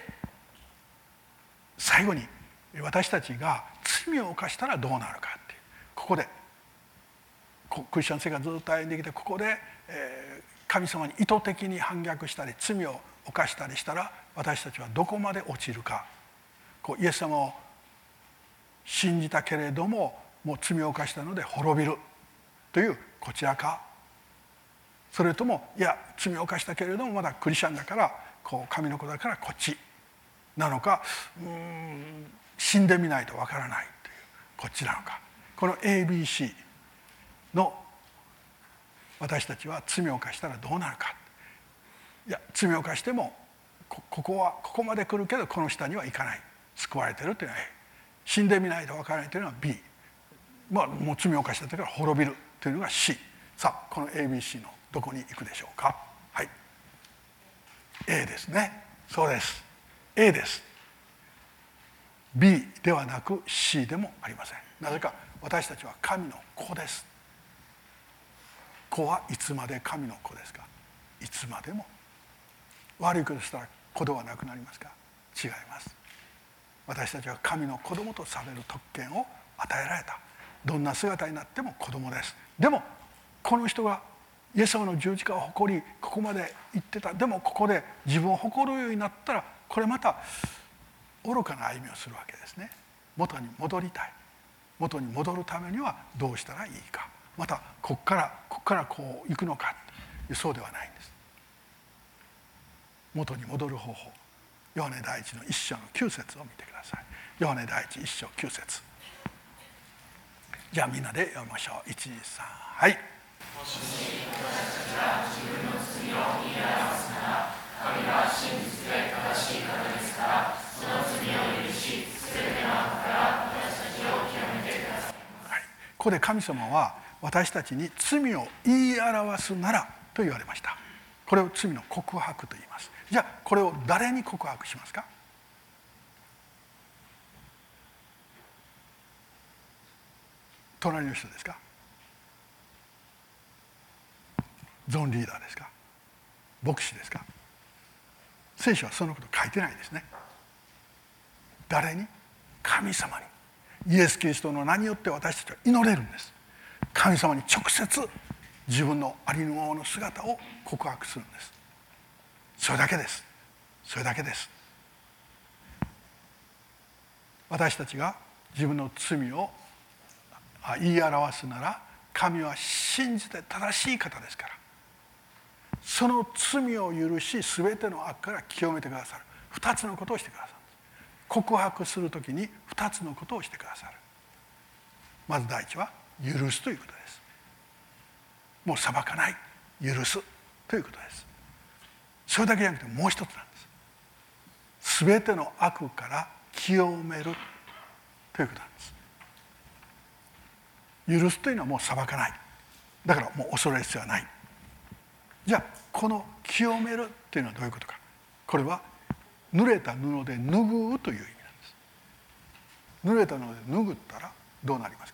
最後に私たちが罪を犯したらどうなるかっていう、ここでクリスチャン生活ずっと歩んできて、ここで神様に意図的に反逆したり罪を犯したりしたら私たちはどこまで落ちるか。こうイエス様を信じたけれどももう罪を犯したので滅びるというこちらか、それともいや罪を犯したけれどもまだクリスチャンだからこう神の子だからこっちなのか、うーん死んでみないとわからないというこっちなのか。この エービーシー の私たちは罪を犯したらどうなるか。いや罪を犯しても こ, ここはここまで来るけどこの下には行かない、救われてるというのは A、 死んでみないとわからないというのは ビー、まあ、もう罪を犯したというから滅びるというのが シー。 さあこの エービーシー のどこに行くでしょうか。はい、 A ですね。そうです、 A です。 ビー ではなく シー でもありません。なぜか私たちは神の子です。子はいつまで神の子ですか。いつまでも。悪いことしたら子ではなくなりますか。違います。私たちは神の子供とされる特権を与えられた。どんな姿になっても子供です。でもこの人がイエス様の十字架を誇りここまで行ってた。でもここで自分を誇るようになったらこれまた愚かな歩みをするわけですね。元に戻りたい。元に戻るためにはどうしたらいいか。またここからここからこう行くのか。そうではないんです。元に戻る方法、ヨハネ第一の一章の九節を見てください。ヨハネ第一一章九節。じゃあみんなで読みましょう。いち、に、さん、はい。もし私たちが自分の罪を言い表すなら、神は真実で正しい方ですから、その罪を許し、すべての悪から私たちを清めてください。はい、 ここで神様は私たちに罪を言い表すならと言われました。これを罪の告白と言います。じゃあこれを誰に告白しますか？隣の人ですか？ゾーンリーダーですか？牧師ですか？聖書はそのこと書いてないですね。誰に？神様に。イエス・キリストの名によって私たちは祈れるんです。神様に直接自分のありのままの姿を告白するんです。それだけです。それだけです。私たちが自分の罪を言い表すなら、神は信じて正しい方ですから、その罪を許し全ての悪から清めてくださる。二つのことをしてくださる。告白するときに二つのことをしてくださる。まず第一は許すということです。もう裁かない、許すということです。それだけじゃなくてもう一つなんです。全ての悪から清めるということなんです。許すというのはもう裁かない。だからもう恐れる必要はない。じゃあこの清めるというのはどういうことか。これは濡れた布で拭うという意味なんです。濡れた布で拭ったらどうなりますか？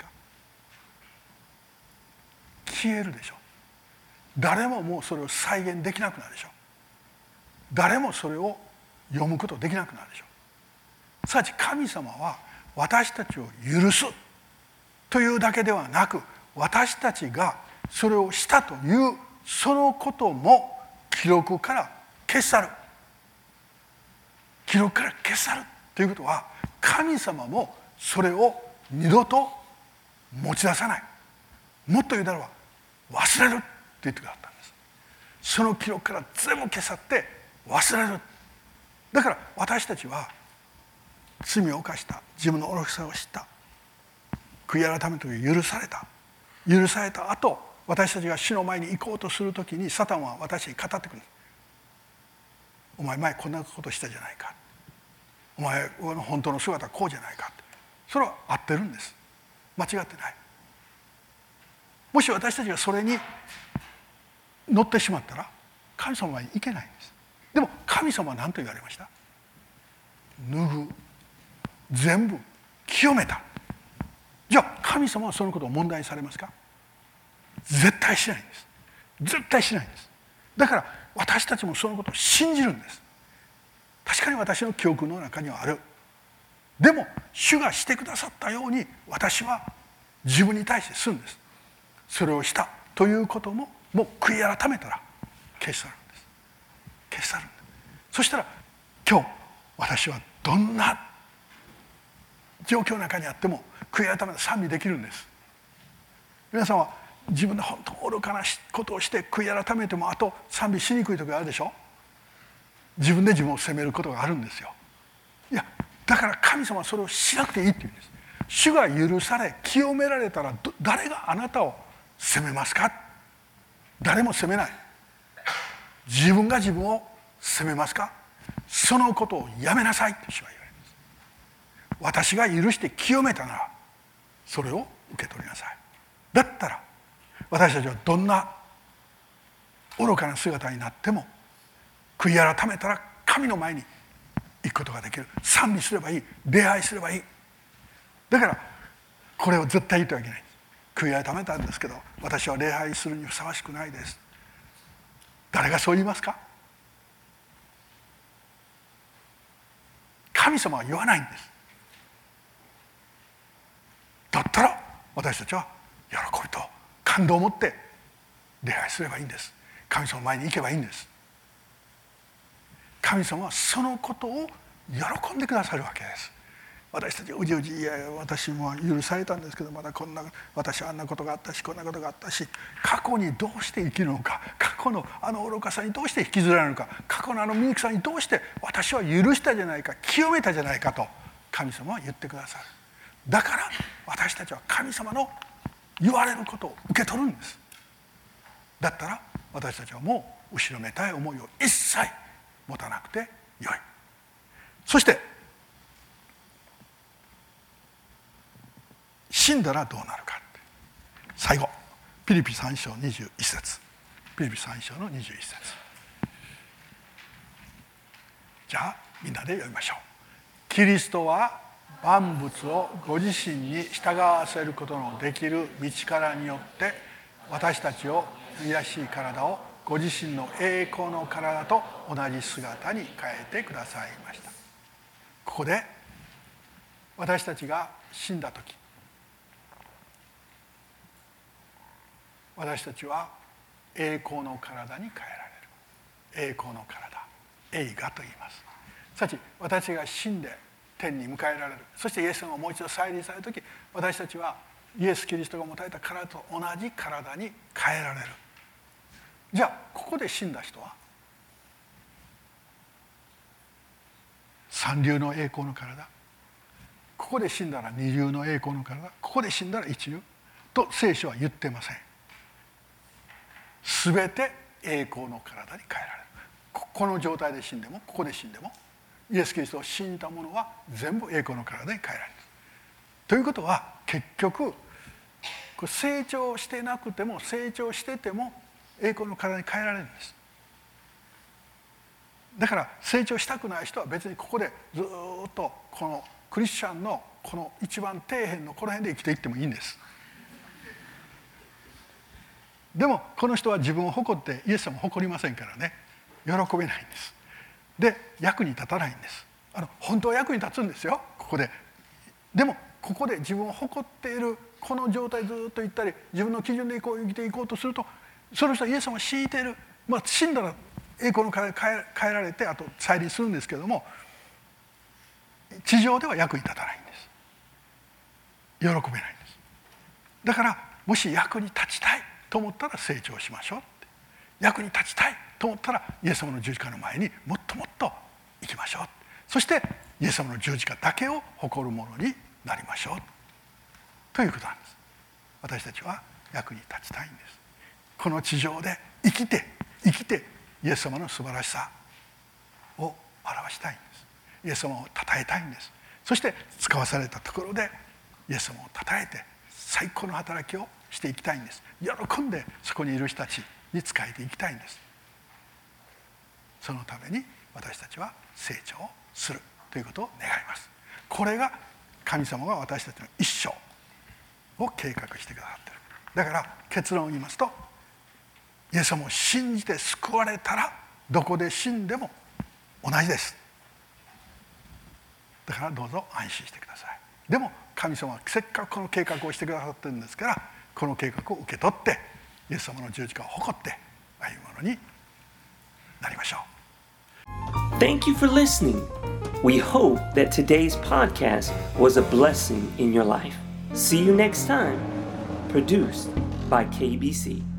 消えるでしょう。誰ももうそれを再現できなくなるでしょう。誰もそれを読むことできなくなるでしょう。さち神様は私たちを許すというだけではなく、私たちがそれをしたというそのことも記録から消さる。記録から消さるということは、神様もそれを二度と持ち出さない。もっと言うならば忘れるって言ってくださったんです。その記録から全部消さって忘れる。だから私たちは罪を犯した、自分の愚かさを知った、悔い改めという許された、許された後、私たちが主の前に行こうとするときにサタンは私に語ってくる。お前前こんなことしたじゃないか、お前の本当の姿はこうじゃないか。それは合ってるんです。間違ってない。もし私たちがそれに乗ってしまったら神様に行けないんです。でも神様は何と言われました？拭う、全部清めた。じゃあ神様はそのことを問題にされますか？絶対しないんです。絶対しないんです。だから私たちもそのことを信じるんです。確かに私の記憶の中にはある。でも主がしてくださったように私は自分に対してするんです。それをしたということももう悔い改めたら消し去るんです。消し去るんです。そしたら今日私はどんな状況の中にあっても悔い改めて賛美できるんです。皆さんは自分の本当に愚かなことをして悔い改めてもあと賛美しにくい時があるでしょ。自分で自分を責めることがあるんですよ。いやだから神様はそれをしなくていいって言うんです。主が許され清められたら誰があなたを責めますか？誰も責めない。自分が自分を責めますか？そのことをやめなさいと主は言われます。私が許して清めたならそれを受け取りなさい。だったら私たちはどんな愚かな姿になっても悔い改めたら神の前に行くことができる。賛美すればいい、礼拝すればいい。だからこれを絶対言ってはいけないんです。悔い改めたんですけど私は礼拝するにふさわしくないです。誰がそう言いますか？神様は言わないんです。だったら私たちは喜びと感動を持って礼拝すればいいんです。神様の前に行けばいいんです。神様はそのことを喜んでくださるわけです。私たちうじうじいやいや私も許されたんですけどまだこんな私はあんなことがあったしこんなことがあったし、過去にどうして生きるのか、過去のあの愚かさにどうして引きずられるのか、過去のあの醜さにどうして私は許したじゃないか、清めたじゃないかと神様は言ってくださる。だから私たちは神様の言われることを受け取るんです。だったら私たちはもう後ろめたい思いを一切持たなくてよい。そして死んだらどうなるか。 最後ピリピさん章にじゅういち節、ピリピさん章のにじゅういち節、じゃあみんなで読みましょう。キリストは万物をご自身に従わせることのできる道からによって私たちを癒しい体をご自身の栄光の体と同じ姿に変えてくださいました。ここで私たちが死んだ時、私たちは栄光の体に変えられる。栄光の体、栄華と言います。すなわち私が死んで天に迎えられる。そしてイエス様がもう一度再臨される時、私たちはイエス・キリストが持たれた体と同じ体に変えられる。じゃあここで死んだ人は三流の栄光の体、ここで死んだら二流の栄光の体、ここで死んだら一流と聖書は言ってません。すべて栄光の体に変えられる。この状態で死んでも、ここで死んでも、イエス・キリストを信じた者は全部栄光の体に変えられる。ということは結局成長してなくても成長してても栄光の体に変えられるんです。だから成長したくない人は別にここでずっとこのクリスチャンのこの一番底辺のこの辺で生きていってもいいんです。でもこの人は自分を誇ってイエス様を誇りませんからね、喜べないんです。で役に立たないんです。あの本当は役に立つんですよ、ここで。でもここで自分を誇っているこの状態ずっといったり自分の基準で生きていこうとすると、その人はイエス様を強いている、まあ、死んだら栄光の体に変え、変えられてあと再臨するんですけども、地上では役に立たないんです。喜べないんです。だからもし役に立ちたいと思ったら成長しましょうって、役に立ちたいと思ったらイエス様の十字架の前にもっともっと行きましょう、そしてイエス様の十字架だけを誇るものになりましょうということなんです。私たちは役に立ちたいんです。この地上で生きて生きてイエス様の素晴らしさを表したいんです。イエス様を称えたいんです。そして使わされたところでイエス様を称えて最高の働きをしていきたいんです。喜んでそこにいる人たちに仕えていきたいんです。そのために私たちは成長するということを願います。これが神様が私たちの一生を計画してくださっている。だから結論を言いますと、イエス様を信じて救われたらどこで死んでも同じです。だからどうぞ安心してください。でも神様はせっかくこの計画をしてくださっているんですから、この計画を受け取ってイエス様の十字架を誇って歩むものになりましょう。 Thank you for listening. We hope that today's podcast was a blessing in your life. See you next time. Produced by K B C.